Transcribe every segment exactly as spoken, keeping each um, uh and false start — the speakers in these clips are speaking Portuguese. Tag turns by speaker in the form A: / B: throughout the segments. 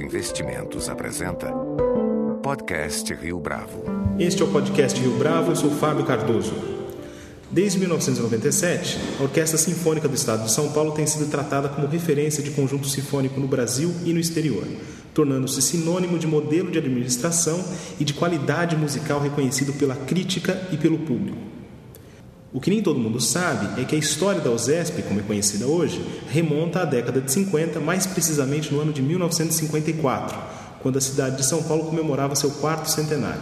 A: Bravo Investimentos apresenta Podcast Rio Bravo.
B: Este é o Podcast Rio Bravo, eu sou Fábio Cardoso. Desde mil novecentos e noventa e sete, a Orquestra Sinfônica do Estado de São Paulo tem sido tratada como referência de conjunto sinfônico no Brasil e no exterior, tornando-se sinônimo de modelo de administração e de qualidade musical reconhecido pela crítica e pelo público. O que nem todo mundo sabe é que a história da OSESP, como é conhecida hoje, remonta à década de cinquenta, mais precisamente no ano de mil novecentos e cinquenta e quatro, quando a cidade de São Paulo comemorava seu quarto centenário.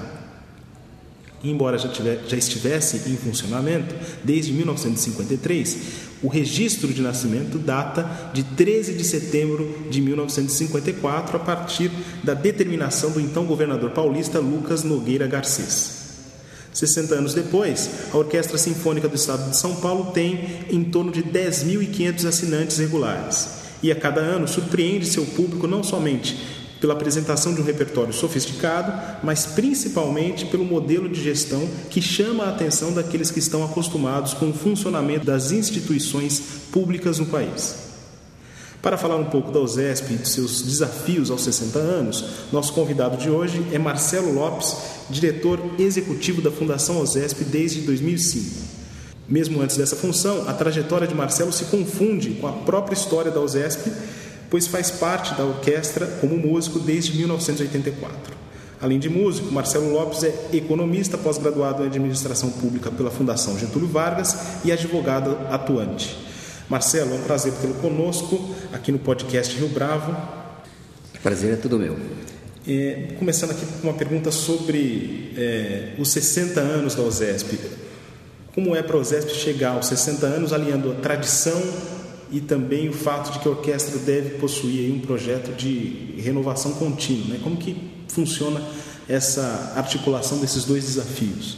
B: E embora já, tiver, já estivesse em funcionamento desde mil novecentos e cinquenta e três, o registro de nascimento data de treze de setembro de mil novecentos e cinquenta e quatro, a partir da determinação do então governador paulista Lucas Nogueira Garcês. sessenta anos depois, a Orquestra Sinfônica do Estado de São Paulo tem em torno de dez mil e quinhentos assinantes regulares e a cada ano surpreende seu público não somente pela apresentação de um repertório sofisticado, mas principalmente pelo modelo de gestão que chama a atenção daqueles que estão acostumados com o funcionamento das instituições públicas no país. Para falar um pouco da OSESP e de seus desafios aos sessenta anos, nosso convidado de hoje é Marcelo Lopes, diretor executivo da Fundação OSESP desde dois mil e cinco. Mesmo antes dessa função, a trajetória de Marcelo se confunde com a própria história da OSESP, pois faz parte da orquestra como músico desde mil novecentos e oitenta e quatro. Além de músico, Marcelo Lopes é economista pós-graduado em administração pública pela Fundação Getúlio Vargas e advogado atuante. Marcelo, é um prazer tê-lo conosco aqui no podcast Rio Bravo.
C: Prazer é tudo meu.
B: É, começando aqui com uma pergunta sobre é, os sessenta anos da OSESP. Como é para a OSESP chegar aos sessenta anos alinhando a tradição e também o fato de que a orquestra deve possuir aí um projeto de renovação contínua, né? Como que funciona essa articulação desses dois desafios?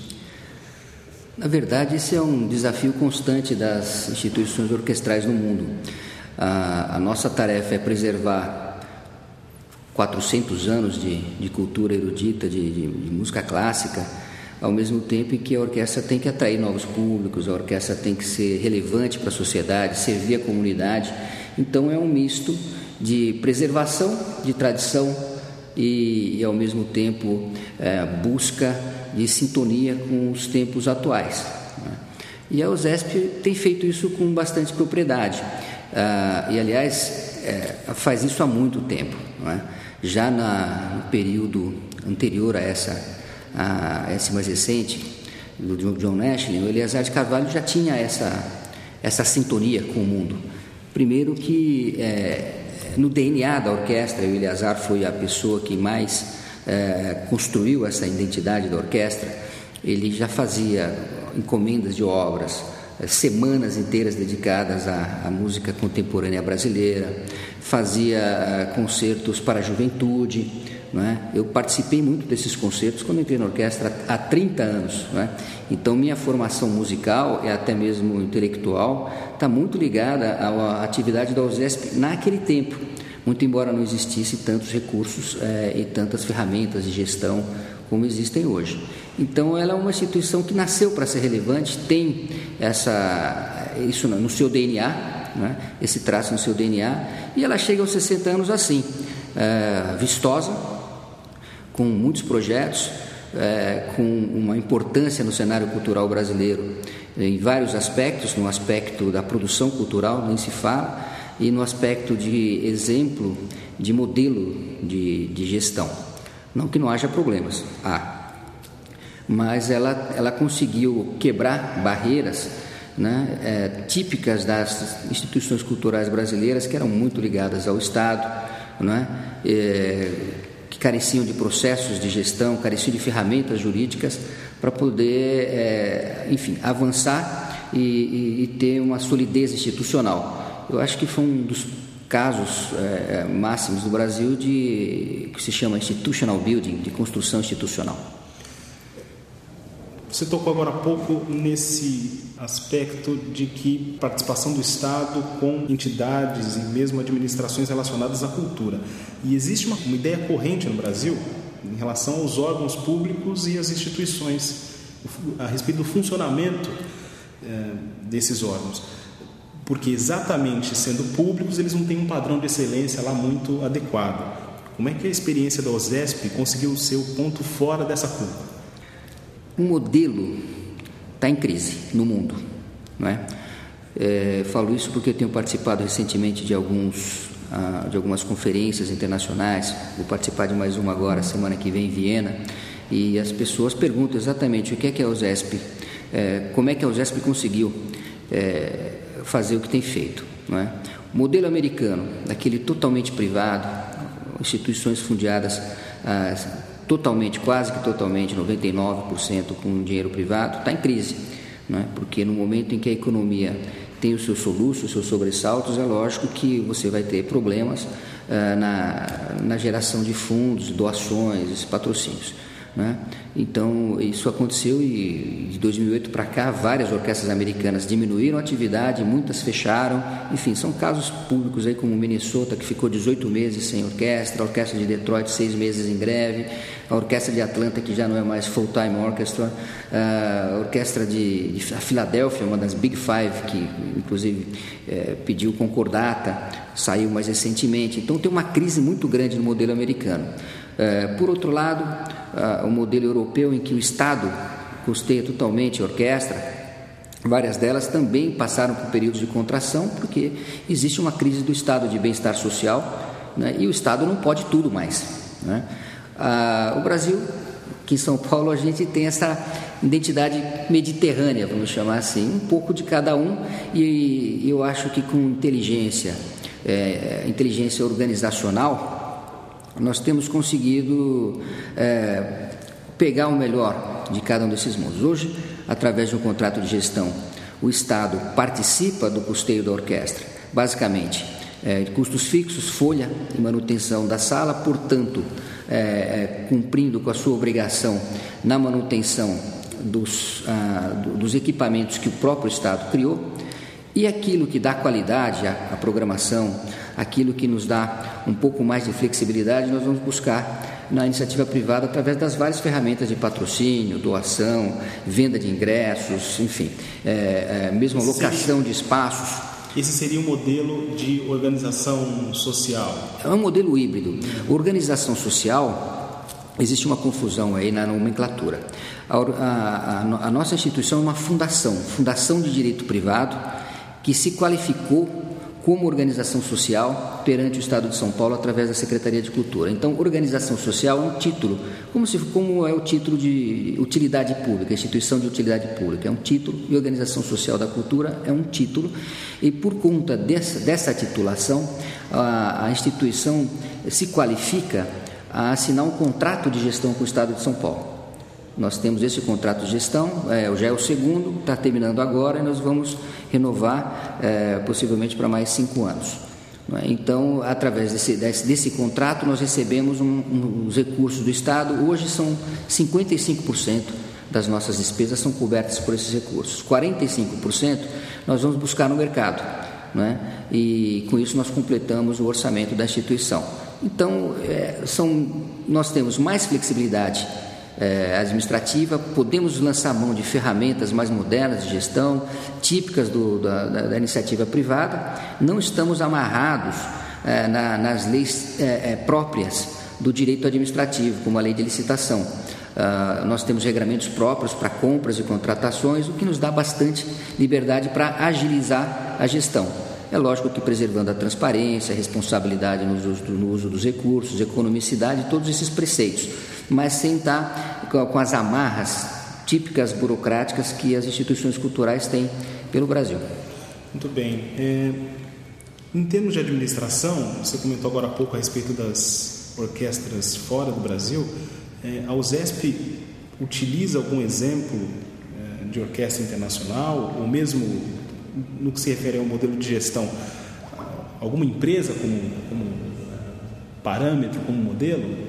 C: Na verdade, esse é um desafio constante das instituições orquestrais no mundo. A, a nossa tarefa é preservar quatrocentos anos de, de cultura erudita, de, de, de música clássica, ao mesmo tempo em que a orquestra tem que atrair novos públicos, a orquestra tem que ser relevante para a sociedade, servir a comunidade. Então é um misto de preservação, de tradição e, e ao mesmo tempo, é, busca de sintonia com os tempos atuais, né? E a OSESP tem feito isso com bastante propriedade, ah, e aliás é, faz isso há muito tempo, não é? Já na, no período anterior a essa a esse mais recente do John Nash, o Eleazar de Carvalho já tinha essa essa sintonia com o mundo. Primeiro que é, no D N A da orquestra, o Eleazar foi a pessoa que mais É, construiu essa identidade da orquestra. Ele já fazia encomendas de obras, é, semanas inteiras dedicadas à, à música contemporânea brasileira, fazia é, concertos para a juventude, não é? Eu participei muito desses concertos quando entrei na orquestra há trinta anos, não é? Então minha formação musical e até mesmo intelectual está muito ligada à atividade da OSESP naquele tempo, muito embora não existisse tantos recursos é, e tantas ferramentas de gestão como existem hoje. Então ela é uma instituição que nasceu para ser relevante, tem essa, isso no seu D N A, né, esse traço no seu D N A, e ela chega aos sessenta anos assim, é, vistosa, com muitos projetos, é, com uma importância no cenário cultural brasileiro em vários aspectos, no aspecto da produção cultural, nem se fala, e no aspecto de exemplo, de modelo de, de gestão. Não que não haja problemas, há. Mas ela, ela conseguiu quebrar barreiras, né, é, típicas das instituições culturais brasileiras, que eram muito ligadas ao Estado, né, é, que careciam de processos de gestão, careciam de ferramentas jurídicas para poder, é, enfim, avançar e, e, e ter uma solidez institucional. Eu acho que foi um dos casos é, máximos do Brasil de que se chama institutional building, de construção institucional.
B: Você tocou agora há pouco nesse aspecto de que participação do Estado com entidades e mesmo administrações relacionadas à cultura. E existe uma, uma ideia corrente no Brasil em relação aos órgãos públicos e às instituições, a respeito do funcionamento é, desses órgãos. Porque exatamente sendo públicos, eles não têm um padrão de excelência lá muito adequado. Como é que a experiência da OSESP conseguiu ser o ponto fora dessa curva?
C: O modelo está em crise no mundo, não é? É, falo isso porque eu tenho participado recentemente de, alguns, ah, de algumas conferências internacionais. Vou participar de mais uma agora, semana que vem, em Viena. E as pessoas perguntam exatamente o que é que a OSESP, é, como é que a OSESP conseguiu é, fazer o que tem feito, não é? O modelo americano, daquele totalmente privado, instituições fundadas ah, totalmente, quase que totalmente, noventa e nove por cento com dinheiro privado, está em crise, não é? Porque no momento em que a economia tem os seus soluços, os seus sobressaltos, é lógico que você vai ter problemas ah, na, na geração de fundos, doações, patrocínios, né? Então isso aconteceu e de dois mil e oito para cá várias orquestras americanas diminuíram a atividade, muitas fecharam, enfim, são casos públicos aí como Minnesota, que ficou dezoito meses sem orquestra, a orquestra de Detroit seis meses em greve, a orquestra de Atlanta, que já não é mais full-time orchestra, a orquestra de, de a Filadélfia, uma das Big Five, que inclusive é, pediu concordata, saiu mais recentemente. Então tem uma crise muito grande no modelo americano. É, por outro lado, uh, o modelo europeu, em que o Estado custeia totalmente a orquestra, várias delas também passaram por períodos de contração, porque existe uma crise do estado de bem-estar social, né, e o Estado não pode tudo mais, né? Uh, o Brasil, aqui em São Paulo, a gente tem essa identidade mediterrânea, vamos chamar assim, um pouco de cada um, e, e eu acho que com inteligência, é, inteligência organizacional, nós temos conseguido é, pegar o melhor de cada um desses mundos. Hoje, através de um contrato de gestão, o Estado participa do custeio da orquestra, basicamente, é, custos fixos, folha e manutenção da sala, portanto, é, é, cumprindo com a sua obrigação na manutenção dos, ah, dos equipamentos que o próprio Estado criou, e aquilo que dá qualidade à, à programação, aquilo que nos dá um pouco mais de flexibilidade, nós vamos buscar na iniciativa privada através das várias ferramentas de patrocínio, doação, venda de ingressos, enfim, é, é, mesmo locação de espaços.
B: Esse seria um modelo de organização social?
C: É um modelo híbrido. Organização social, existe uma confusão aí na nomenclatura. A, a, a, a nossa instituição é uma fundação, fundação de direito privado, que se qualificou como organização social perante o Estado de São Paulo através da Secretaria de Cultura. Então, organização social é um título, como, se, como é o título de utilidade pública, instituição de utilidade pública, é um título, e organização social da cultura é um título, e por conta dessa, dessa titulação, a, a instituição se qualifica a assinar um contrato de gestão com o Estado de São Paulo. Nós temos esse contrato de gestão, é, já é o segundo, está terminando agora, e nós vamos renovar é, possivelmente para mais cinco anos. Então, através desse, desse, desse contrato, nós recebemos um, um, os recursos do Estado. Hoje são cinquenta e cinco por cento das nossas despesas são cobertas por esses recursos. quarenta e cinco por cento nós vamos buscar no mercado, né? E com isso nós completamos o orçamento da instituição. Então, é, são, nós temos mais flexibilidade É, administrativa, podemos lançar mão de ferramentas mais modernas de gestão, típicas do, da, da iniciativa privada, não estamos amarrados é, na, nas leis é, é, próprias do direito administrativo, como a lei de licitação. Uh, nós temos regramentos próprios para compras e contratações, o que nos dá bastante liberdade para agilizar a gestão. É lógico que preservando a transparência, a responsabilidade no uso, no uso dos recursos, economicidade, todos esses preceitos, mas sem estar com as amarras típicas burocráticas que as instituições culturais têm pelo Brasil.
B: Muito bem. É, em termos de administração, você comentou agora há pouco a respeito das orquestras fora do Brasil. É, a OSESP utiliza algum exemplo é, de orquestra internacional, ou mesmo no que se refere ao modelo de gestão, alguma empresa como, como parâmetro, como modelo?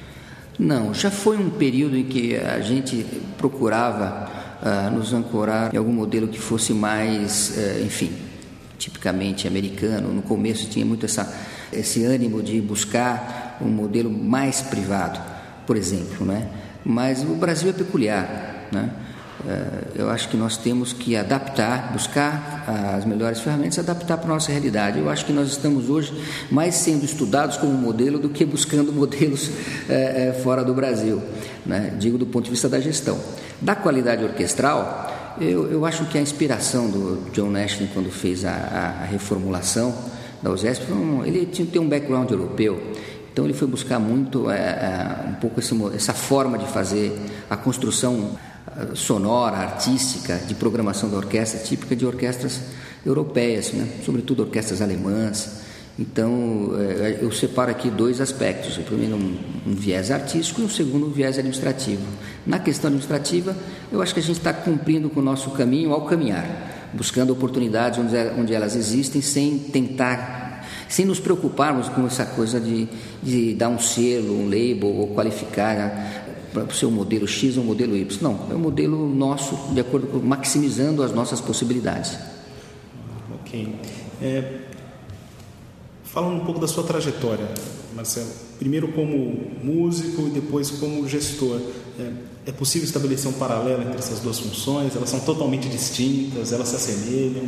C: Não, já foi um período em que a gente procurava uh, nos ancorar em algum modelo que fosse mais, uh, enfim, tipicamente americano. No começo tinha muito essa, esse ânimo de buscar um modelo mais privado, por exemplo, né? Mas o Brasil é peculiar, né? eu acho que nós temos que adaptar, buscar as melhores ferramentas, adaptar para a nossa realidade. Eu acho que nós estamos hoje mais sendo estudados como modelo do que buscando modelos é, é, fora do Brasil, né? Digo do ponto de vista da gestão. Da qualidade orquestral, eu, eu acho que a inspiração do John Nashville, quando fez a, a reformulação da USESP, ele tinha que ter um background europeu. Então ele foi buscar muito é, é, um pouco esse, essa forma de fazer a construção sonora, artística, de programação da orquestra, típica de orquestras europeias, né? Sobretudo orquestras alemãs. Então, eu separo aqui dois aspectos. O primeiro, um, um viés artístico, e o segundo, um viés administrativo. Na questão administrativa, eu acho que a gente está cumprindo com o nosso caminho ao caminhar, buscando oportunidades onde, onde elas existem, sem tentar, sem nos preocuparmos com essa coisa de, de dar um selo, um label, ou qualificar, né, para o seu modelo X ou modelo Y. Não, é um modelo nosso, de acordo com, maximizando as nossas possibilidades.
B: Ok. É, falando um pouco da sua trajetória, Marcelo, primeiro como músico e depois como gestor, é, é possível estabelecer um paralelo entre essas duas funções? Elas são totalmente distintas, elas se assemelham?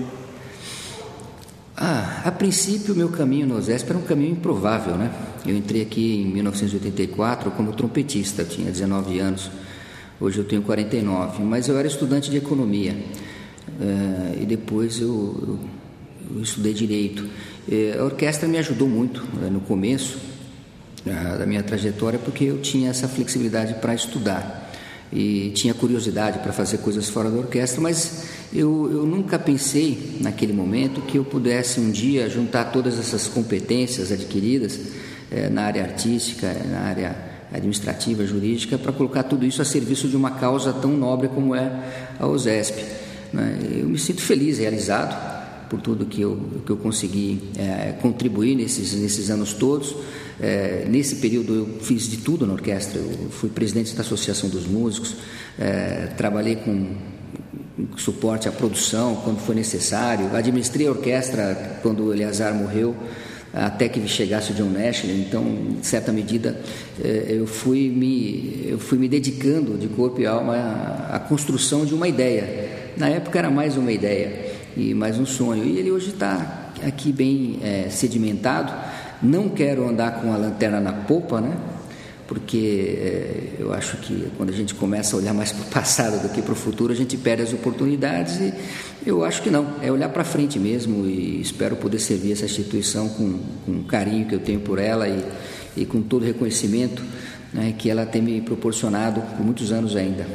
C: Ah, a princípio, o meu caminho no USESP era um caminho improvável, né? Eu entrei aqui em mil novecentos e oitenta e quatro como trompetista, eu tinha dezenove anos, hoje eu tenho quarenta e nove, mas eu era estudante de economia, uh, e depois eu, eu, eu estudei direito. Uh, a orquestra me ajudou muito uh, no começo uh, da minha trajetória, porque eu tinha essa flexibilidade para estudar e tinha curiosidade para fazer coisas fora da orquestra, mas eu, eu nunca pensei naquele momento que eu pudesse um dia juntar todas essas competências adquiridas eh, na área artística, na área administrativa, jurídica, para colocar tudo isso a serviço de uma causa tão nobre como é a USESP, né? Eu me sinto feliz, realizado por tudo que eu, que eu consegui é, contribuir nesses, nesses anos todos. É, nesse período eu fiz de tudo na orquestra. Eu fui presidente da Associação dos Músicos, é, trabalhei com suporte à produção quando foi necessário, administrei a orquestra quando o Eleazar morreu, até que chegasse o John Nashville. Então, em certa medida, eu fui me, eu fui me dedicando de corpo e alma à, à construção de uma ideia. Na época era mais uma ideia e mais um sonho, e ele hoje está aqui bem é, sedimentado. Não quero andar com a lanterna na popa, né? Porque é, eu acho que quando a gente começa a olhar mais para o passado do que para o futuro, a gente perde as oportunidades, e eu acho que não, é olhar para frente mesmo, e espero poder servir essa instituição com, com o carinho que eu tenho por ela e, e com todo o reconhecimento, né, que ela tem me proporcionado por muitos anos ainda.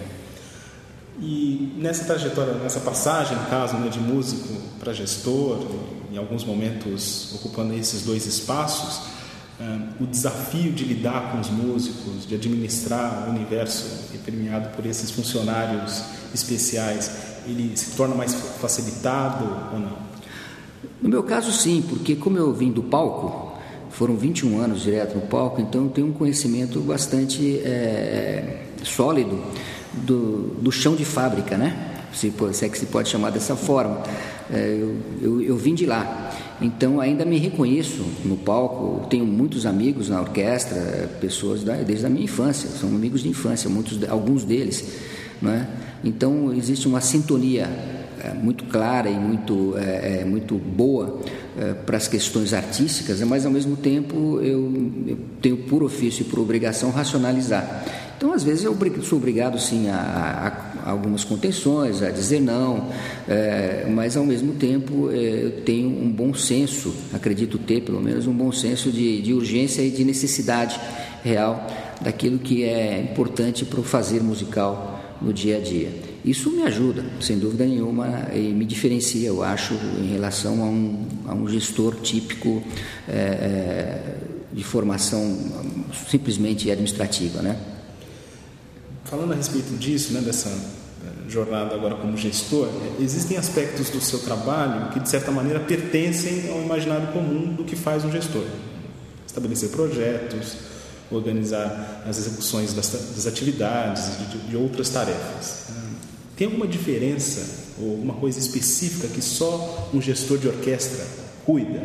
B: E nessa trajetória, nessa passagem, no caso, né, de músico para gestor, em alguns momentos ocupando esses dois espaços, uh, o desafio de lidar com os músicos, de administrar o universo permeado por esses funcionários especiais, ele se torna mais facilitado ou não?
C: No meu caso, sim, porque como eu vim do palco, foram vinte e um anos direto no palco, então eu tenho um conhecimento bastante é, sólido Do, do chão de fábrica, né? Se, se é que se pode chamar dessa forma. É, eu, eu, eu vim de lá, então ainda me reconheço no palco. Tenho muitos amigos na orquestra, pessoas da, desde a minha infância, são amigos de infância, muitos, alguns deles, né? Então existe uma sintonia é, muito clara e muito, é, é, muito boa é, para as questões artísticas, mas ao mesmo tempo eu, eu tenho por ofício e por obrigação racionalizar. Então, às vezes, eu sou obrigado, sim, a, a, a algumas contenções, a dizer não, é, mas, ao mesmo tempo, é, eu tenho um bom senso, acredito ter, pelo menos, um bom senso de, de urgência e de necessidade real daquilo que é importante para o fazer musical no dia a dia. Isso me ajuda, sem dúvida nenhuma, e me diferencia, eu acho, em relação a um, a um gestor típico é, é, de formação simplesmente administrativa, né?
B: Falando a respeito disso, né, dessa jornada agora como gestor, existem aspectos do seu trabalho que, de certa maneira, pertencem ao imaginário comum do que faz um gestor. Estabelecer projetos, organizar as execuções das, das atividades e de, de outras tarefas. Tem alguma diferença ou alguma coisa específica que só um gestor de orquestra cuida?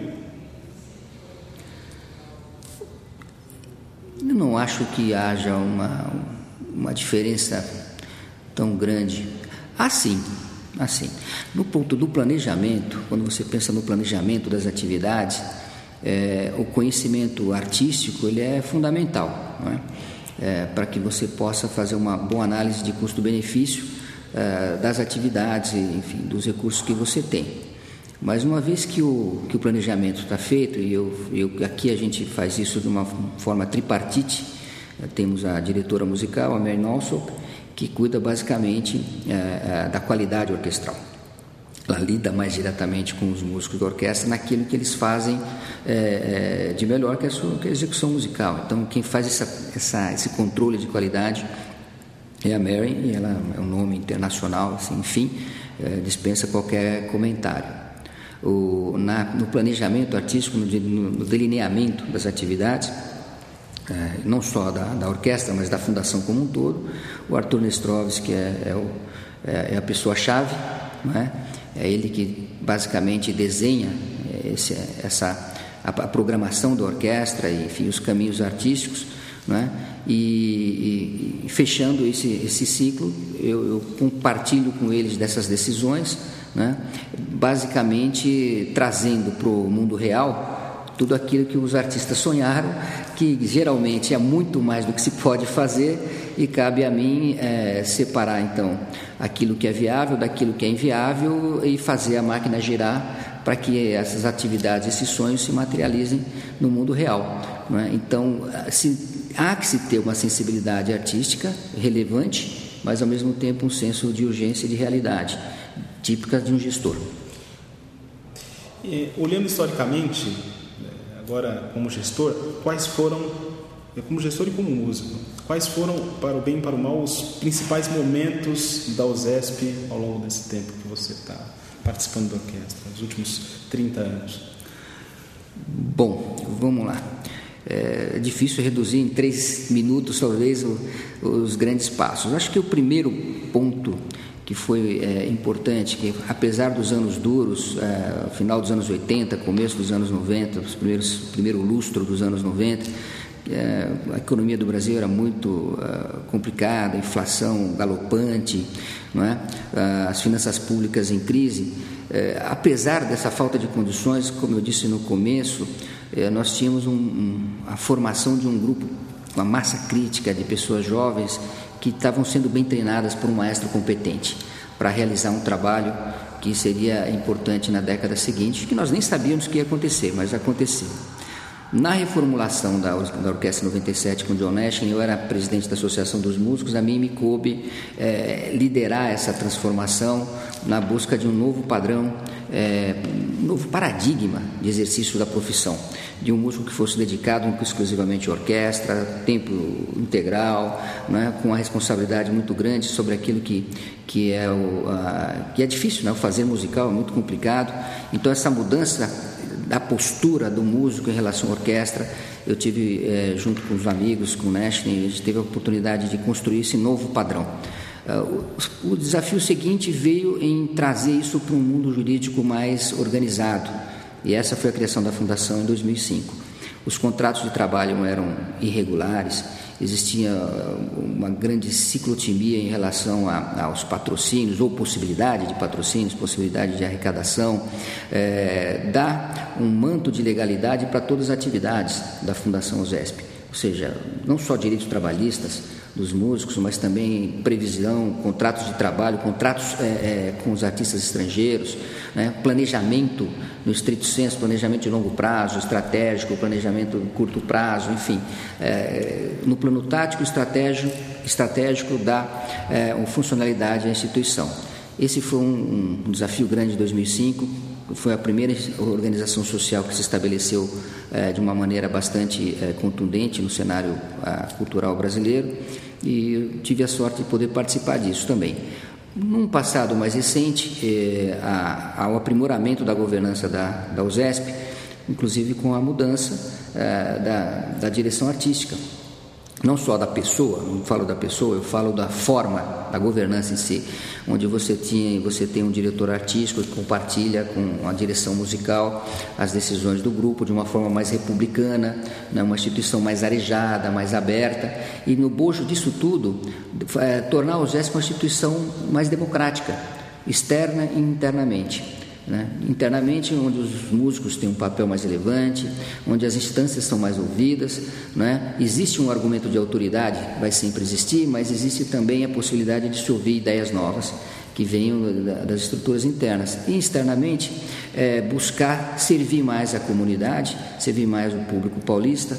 C: Eu não acho que haja uma... uma diferença tão grande. Assim, assim. No ponto do planejamento, quando você pensa no planejamento das atividades, é, o conhecimento artístico ele é fundamental, não é? É, para que você possa fazer uma boa análise de custo-benefício é, das atividades, enfim, dos recursos que você tem. Mas uma vez que o, que o planejamento está feito, e eu, eu, aqui a gente faz isso de uma forma tripartite, temos a diretora musical, a Mary Nalsop, que cuida basicamente é, é, da qualidade orquestral. Ela lida mais diretamente com os músicos da orquestra naquilo que eles fazem é, é, de melhor, que é a sua que é a execução musical. Então, quem faz essa, essa, esse controle de qualidade é a Mary, e ela é um nome internacional, assim, enfim, é, dispensa qualquer comentário. O, na, no planejamento artístico, no, no delineamento das atividades, é, não só da, da orquestra, mas da fundação como um todo, o Arthur Nestrovski é, é, o, é, é a pessoa-chave, não é? É ele que basicamente desenha esse, essa, a, a programação da orquestra e, enfim, os caminhos artísticos, não é? E, e, e fechando esse, esse ciclo, eu, eu compartilho com eles dessas decisões, né? Basicamente trazendo para o mundo real tudo aquilo que os artistas sonharam, que geralmente é muito mais do que se pode fazer, e cabe a mim é, separar então aquilo que é viável daquilo que é inviável e fazer a máquina girar para que essas atividades, esses sonhos se materializem no mundo real, não é? Então se, há que se ter uma sensibilidade artística relevante, mas ao mesmo tempo um senso de urgência e de realidade típica de um gestor.
B: E, olhando historicamente, agora como gestor, quais foram, como gestor e como músico, quais foram, para o bem e para o mal, os principais momentos da USESP ao longo desse tempo que você está participando da orquestra, nos últimos trinta anos?
C: Bom, vamos lá. É difícil reduzir em três minutos, talvez, o, os grandes passos. Acho que o primeiro ponto que foi é, importante, que apesar dos anos duros, é, final dos anos oitenta, começo dos anos noventa, os primeiros, primeiro lustro dos anos noventa, é, a economia do Brasil era muito é, complicada, inflação galopante, não é? As finanças públicas em crise. É, apesar dessa falta de condições, como eu disse no começo, é, nós tínhamos um, um, a formação de um grupo, uma massa crítica de pessoas jovens que estavam sendo bem treinadas por um maestro competente para realizar um trabalho que seria importante na década seguinte, que nós nem sabíamos que ia acontecer, mas aconteceu. Na reformulação da, da Orquestra noventa e sete com John Nashville, eu era presidente da Associação dos Músicos, a mim me coube é, liderar essa transformação na busca de um novo padrão, é, um novo paradigma de exercício da profissão, de um músico que fosse dedicado exclusivamente à orquestra, tempo integral, né, com uma responsabilidade muito grande sobre aquilo que, que, é, o, a, que é difícil, né, o fazer musical é muito complicado. Então essa mudança da postura do músico em relação à orquestra, eu tive, é, junto com os amigos, com o Nashville, a gente teve a oportunidade de construir esse novo padrão. Uh, o, o desafio seguinte veio em trazer isso para um mundo jurídico mais organizado, e essa foi a criação da Fundação em dois mil e cinco. Os contratos de trabalho eram irregulares, existia uma grande ciclotimia em relação a, aos patrocínios, ou possibilidade de patrocínios, possibilidade de arrecadação, é, dá um manto de legalidade para todas as atividades da Fundação USESP, ou seja, não só direitos trabalhistas dos músicos, mas também previsão, contratos de trabalho, contratos é, é, com os artistas estrangeiros, né? Planejamento no estrito senso, planejamento de longo prazo, estratégico, planejamento de curto prazo, enfim, é, no plano tático estratégico, estratégico dá é, uma funcionalidade à instituição. Esse foi um, um desafio grande de dois mil e cinco, foi a primeira organização social que se estabeleceu é, de uma maneira bastante é, contundente no cenário a, cultural brasileiro, e eu tive a sorte de poder participar disso também. Num passado mais recente, é, a, ao aprimoramento da governança da, da USESP, inclusive com a mudança é, da, da direção artística. não só da pessoa, não falo da pessoa, eu falo da forma, da governança em si, onde você, tinha, você tem um diretor artístico que compartilha com a direção musical as decisões do grupo de uma forma mais republicana, né, uma instituição mais arejada, mais aberta, e no bojo disso tudo, é, tornar a USESP uma instituição mais democrática, externa e internamente. Né? Internamente, onde os músicos têm um papel mais relevante, onde as instâncias são mais ouvidas, né? Existe um argumento de autoridade, vai sempre existir, mas existe também a possibilidade de se ouvir ideias novas que venham das estruturas internas. E externamente, é, buscar servir mais a comunidade, servir mais o público paulista.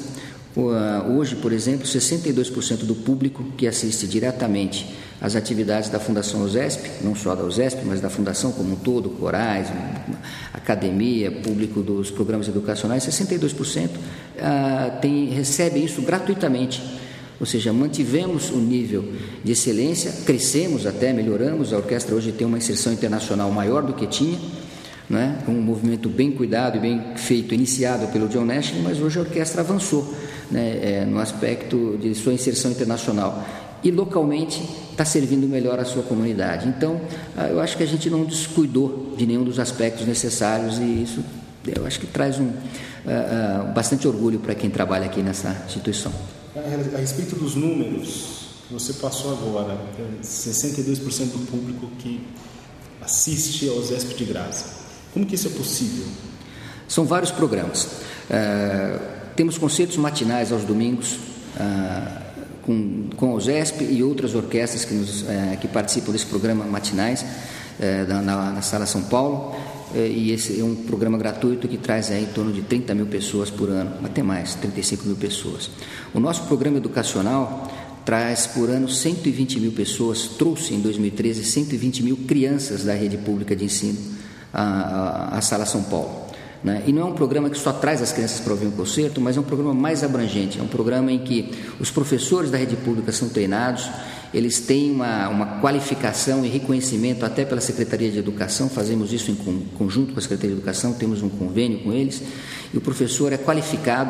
C: Hoje, por exemplo, sessenta e dois por cento do público que assiste diretamente às atividades da Fundação USESP, não só da USESP, mas da Fundação como um todo, corais, academia, público dos programas educacionais, sessenta e dois por cento ah, tem, recebe isso gratuitamente. Ou seja, mantivemos o nível de excelência, crescemos até, melhoramos. A orquestra hoje tem uma inserção internacional maior do que tinha, né? Um movimento bem cuidado e bem feito, iniciado pelo John Nash, mas hoje a orquestra avançou, né, é, no aspecto de sua inserção internacional e localmente está servindo melhor a sua comunidade. Então, eu acho que a gente não descuidou de nenhum dos aspectos necessários e isso eu acho que traz um, uh, uh, bastante orgulho para quem trabalha aqui nessa instituição.
B: A respeito dos números que você passou agora, sessenta e dois por cento do público que assiste ao USESP de graça. Como que isso é possível?
C: São vários programas. Uh, temos concertos matinais aos domingos, uh, com, com a USESP e outras orquestras que, nos, uh, que participam desse programa matinais uh, na, na, na Sala São Paulo. Uh, e esse é um programa gratuito que traz aí em torno de trinta mil pessoas por ano, até mais, trinta e cinco mil pessoas. O nosso programa educacional traz por ano cento e vinte mil pessoas, trouxe em dois mil e treze cento e vinte mil crianças da rede pública de ensino à, à Sala São Paulo, né? E não é um programa que só traz as crianças para ouvir um concerto, mas é um programa mais abrangente, é um programa em que os professores da rede pública são treinados, eles têm uma, uma qualificação e reconhecimento até pela Secretaria de Educação, fazemos isso em conjunto com a Secretaria de Educação, temos um convênio com eles, e o professor é qualificado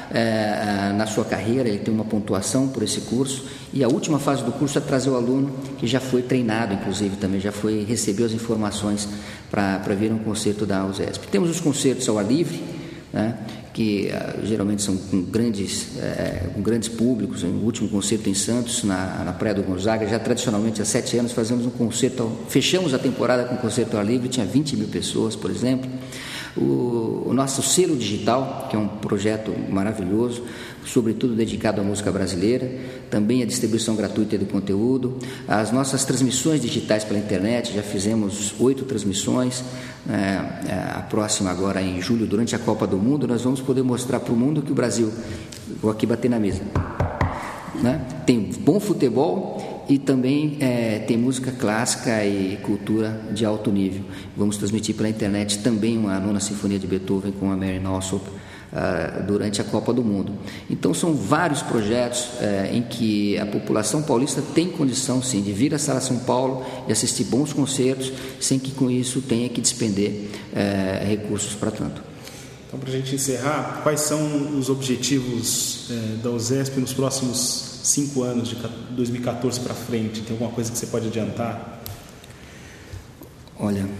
C: é, na sua carreira, ele tem uma pontuação por esse curso, e a última fase do curso é trazer o aluno que já foi treinado, inclusive, também já foi, recebeu as informações para vir a um concerto da USESP. Temos os concertos ao ar livre, né, que uh, geralmente são com grandes, uh, com grandes públicos. O último concerto em Santos, na, na Praia do Gonzaga, já tradicionalmente há sete anos fazemos um concerto, ao, fechamos a temporada com um concerto ao ar livre, tinha vinte mil pessoas, por exemplo. O, o nosso selo digital, que é um projeto maravilhoso, sobretudo dedicado à música brasileira, também a distribuição gratuita do conteúdo, as nossas transmissões digitais pela internet, já fizemos oito transmissões, é, a próxima agora em julho, durante a Copa do Mundo, nós vamos poder mostrar para o mundo que o Brasil, vou aqui bater na mesa, né, tem bom futebol e também é, tem música clássica e cultura de alto nível. Vamos transmitir pela internet também uma nona sinfonia de Beethoven com a Mary Alsop uh, durante a Copa do Mundo. Então são vários projetos uh, em que a população paulista tem condição sim de vir à Sala São Paulo e assistir bons concertos sem que com isso tenha que despender uh, recursos para tanto.
B: Então, para a gente encerrar, quais são os objetivos uh, da USESP nos próximos cinco anos, de dois mil e quatorze para frente? Tem alguma coisa que você pode adiantar?
C: Olha,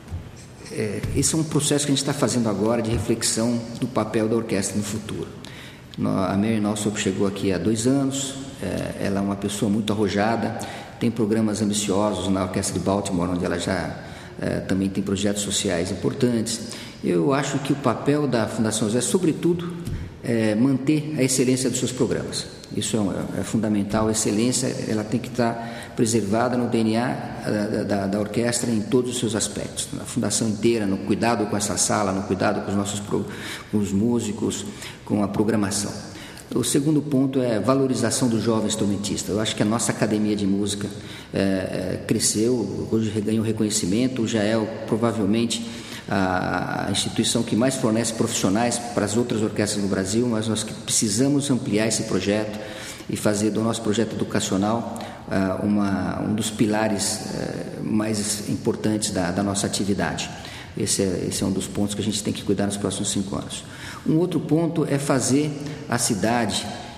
C: é, esse é um processo que a gente está fazendo agora de reflexão do papel da orquestra no futuro. A Mary Alsop chegou aqui há dois anos, é, ela é uma pessoa muito arrojada, tem programas ambiciosos na Orquestra de Baltimore, onde ela já é, também tem projetos sociais importantes. Eu acho que o papel da Fundação USESP, sobretudo, é manter a excelência dos seus programas. Isso é, é fundamental. A excelência ela tem que estar preservada no D N A da, da, da orquestra em todos os seus aspectos, na fundação inteira, no cuidado com essa sala, no cuidado com os nossos pro, com os músicos, com a programação. O segundo ponto é a valorização do jovem instrumentista. Eu acho que a nossa academia de música é, cresceu, hoje ganhou reconhecimento, já é provavelmente a instituição que mais fornece profissionais para as outras orquestras no Brasil, mas nós precisamos ampliar esse projeto e fazer do nosso projeto educacional uh, uma, um dos pilares uh, mais importantes da, da nossa atividade. Esse é, esse é um dos pontos que a gente tem que cuidar nos próximos cinco anos. Um outro ponto é fazer a cidade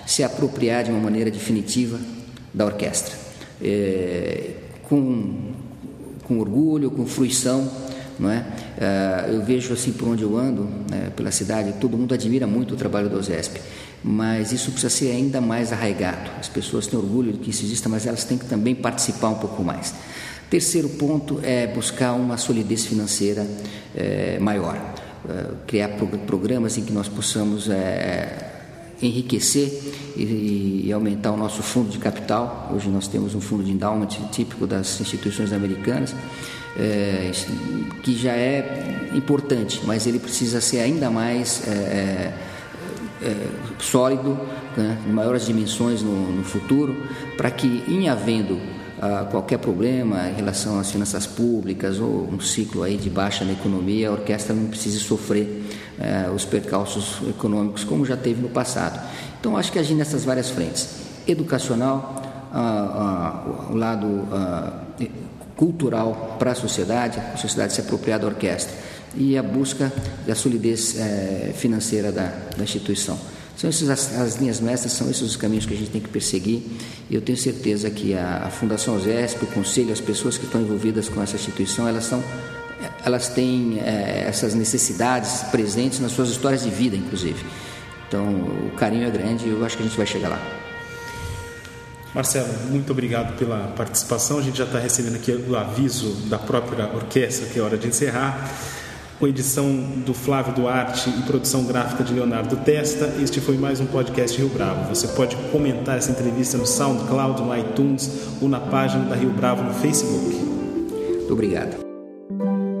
C: se apropriar de uma maneira definitiva da orquestra, é, com, com orgulho, com fruição, não é? Eu vejo assim por onde eu ando, né, pela cidade, todo mundo admira muito o trabalho do OSESP, mas isso precisa ser ainda mais arraigado. As pessoas têm orgulho de que isso exista, mas elas têm que também participar um pouco mais. Terceiro ponto é buscar uma solidez financeira é, maior, é, criar pro- programas em que nós possamos é, enriquecer e, e aumentar o nosso fundo de capital. Hoje nós temos um fundo de endowment típico das instituições americanas, é, que já é importante, mas ele precisa ser ainda mais é, é, sólido, né, de maiores dimensões no, no futuro, para que, em havendo Uh, qualquer problema em relação às finanças públicas ou um ciclo aí de baixa na economia, a orquestra não precise sofrer uh, os percalços econômicos como já teve no passado. Então, acho que agir nessas várias frentes: educacional, uh, uh, o lado uh, cultural para a sociedade, a sociedade se apropriar da orquestra, e a busca da solidez uh, financeira da, da instituição. São essas as, as linhas mestras, são esses os caminhos que a gente tem que perseguir, e eu tenho certeza que a, a Fundação OSESP, o Conselho, as pessoas que estão envolvidas com essa instituição, elas, são, elas têm é, essas necessidades presentes nas suas histórias de vida, inclusive. Então, o carinho é grande e eu acho que a gente vai chegar lá.
B: Marcelo, muito obrigado pela participação. A gente já está recebendo aqui o aviso da própria orquestra que é hora de encerrar. Com edição do Flávio Duarte e produção gráfica de Leonardo Testa, este foi mais um podcast Rio Bravo. Você pode comentar essa entrevista no SoundCloud, no iTunes ou na página da Rio Bravo no Facebook.
C: Muito obrigado.